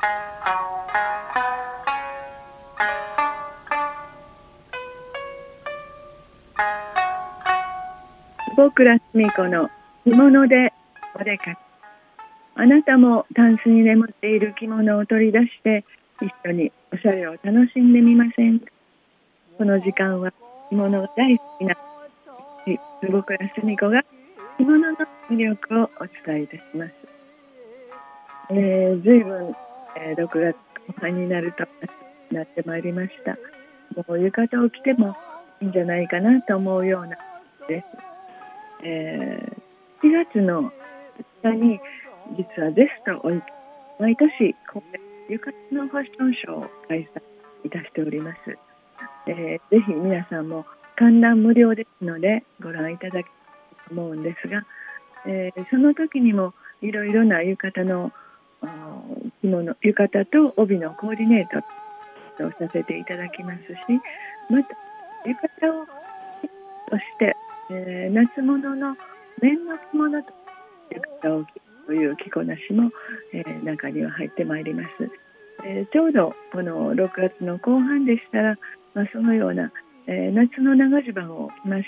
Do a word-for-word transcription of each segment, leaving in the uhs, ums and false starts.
坪倉澄子の着物でお出かけ。あなたもタンスに眠っている着物を取り出して一緒におしゃれを楽しんでみませんか。この時間は着物が大好きな坪倉澄子が着物の魅力をお伝えいたします。えー、随分、えー、ろくがつこう半になるとなってまいりました。もう浴衣を着てもいいんじゃないかなと思うようなです。えー、しがつのふつかに実はゼストを置いて毎年こう浴衣のファッションショーを開催いたしております。えー、ぜひ皆さんも観覧無料ですのでご覧いただきたいと思うんですが、えー、その時にもいろいろな浴衣の着物、浴衣と帯のコーディネートをさせていただきますし、また浴衣をそしてえー、夏物の綿の着物と浴衣を着るという着こなしも、えー、中には入ってまいります。えー、ちょうどこのろくがつの後半でしたら、まあ、そのような、えー、夏の長襦袢を着まして、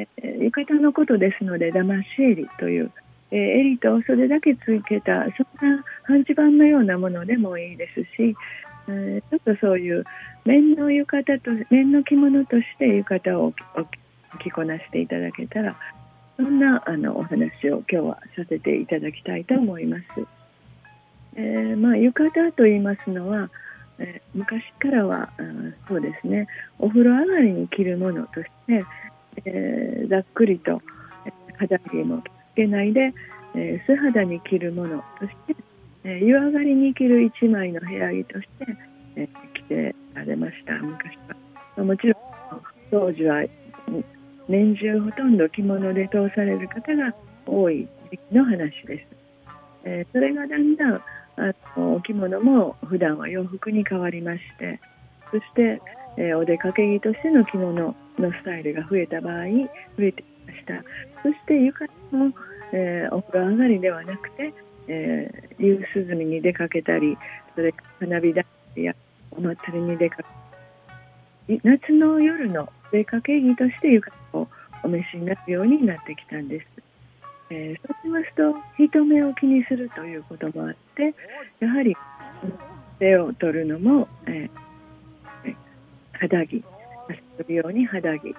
えー、浴衣のことですのでダマシ襟という、えー、襟と袖だけつけたそんな半襦袢のようなものでもいいですし、えー、ちょっとそういう綿の浴衣と綿の着物として浴衣を着こなしていただけたら、そんなあのお話を今日はさせていただきたいと思います。えーまあ、浴衣と言いますのは、えー、昔からはそうですね、お風呂上がりに着るものとして、えー、ざっくりと肌着も着けないで、えー、素肌に着るものとして、えー、湯上がりに着る一枚の部屋着として、えー、着てられました。昔はもちろん当時は年中ほとんど着物で通される方が多い時期の話です。えー、それがだんだんあのお着物も普段は洋服に変わりまして、そして、えー、お出かけ着としての着物のスタイルが増えた場合増えてきました。そして浴衣も、えー、お風呂上がりではなくて、えー、夕涼みに出かけたり、それから花火大会やお祭りに出かけ夏の夜の出かけ着として浴衣をお召しになるようになってきたんです。えー、そうしますと人目を気にするということもあって、やはり手を取るのも、えー、肌着、足取るように肌着、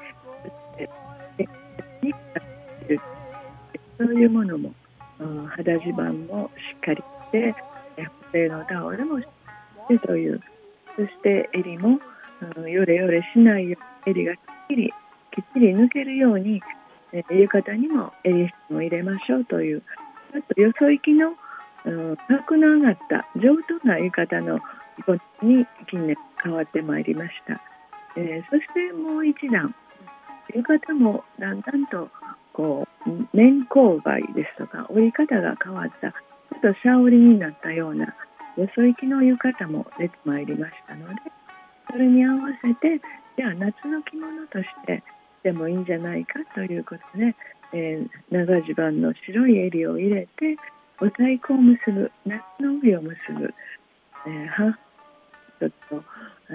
そういうものも、うん、肌地盤もしっかりして補正のタオルもしっかりという、そして襟も、うん、よれよれしないように襟がきっちりきっちり抜けるように、えー、浴衣にも襟芯を入れましょうという、ちょっとよそ行きの、うん、格の上がった上等な浴衣の着こなしに近年変わってまいりました。えー、そしてもう一段、浴衣もだんだんとこう綿勾配ですとか織り方が変わった、ちょっとシャオリになったようなよそ行きの浴衣も出てまいりましたので、それに合わせてじゃあ夏の着物としてでもいいんじゃないかということで、えー、長襦袢の白い襟を入れてお太鼓を結ぶ、夏の帯を結ぶ、えー、はちょっと、うん、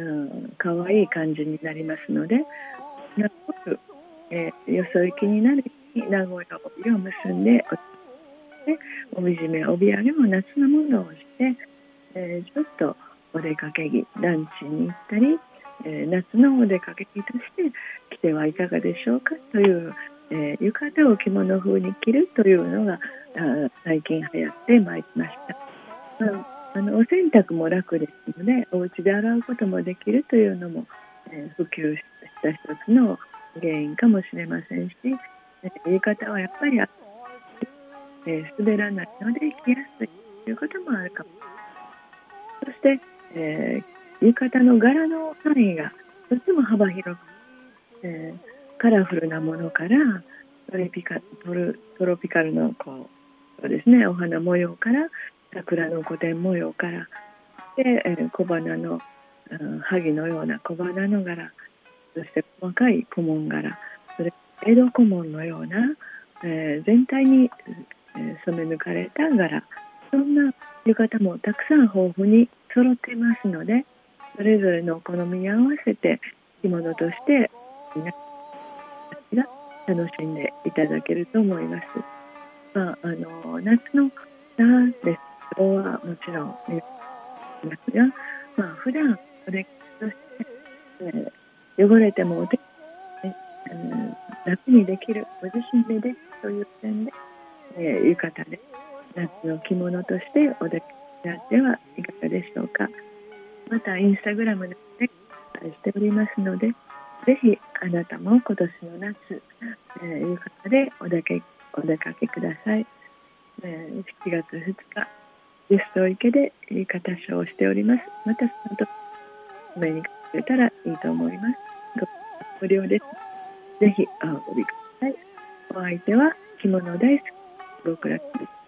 かわいい感じになりますので、なく、えー、よそ行きになるように名古屋帯を結んで帯締め帯揚げも夏のものをして、えー、ちょっとお出かけ着ランチに行ったり、えー、夏のお出かけ着として着てはいかがでしょうかという、えー、浴衣を着物風に着るというのが最近流行ってまいりました。まあ、あのお洗濯も楽ですのでお家で洗うこともできるというのも、えー、普及した一つの原因かもしれませんし、えー、浴衣はやっぱり、えー、滑らないので着やすいということもあるかも。そして、えー、浴衣の柄の範囲がとても幅広く、えー、カラフルなものからトロピカ、トロ、トロピカルのこう、そうですね、お花模様から桜の古典模様からで、えー、小花の、うん、萩のような小花の柄、そして細かい小紋柄、それ江戸小紋のような、えー、全体に、えー、染め抜かれた柄、そんな浴衣もたくさん豊富に揃っていますので、それぞれのお好みに合わせて着物として皆さんが楽しんでいただけると思います。まあ、あの夏のラですとはもちろん見ますが、まあ、普段お出かけとして、えー、汚れてもお手、ね、うん、楽にできる、ご自身でできるという点で、えー、浴衣で夏の着物としてお出かけになってはいかがでしょうか。またインスタグラムで紹介しておりますので、ぜひあなたも今年の夏、えー、浴衣でお出かけ、お出かけください。えー、しちがつふつかゲスト池で浴衣ショーをしております。またその時お目にかけたらいいと思います。無料です。ぜひお運びください。お相手は着物大好き極楽です。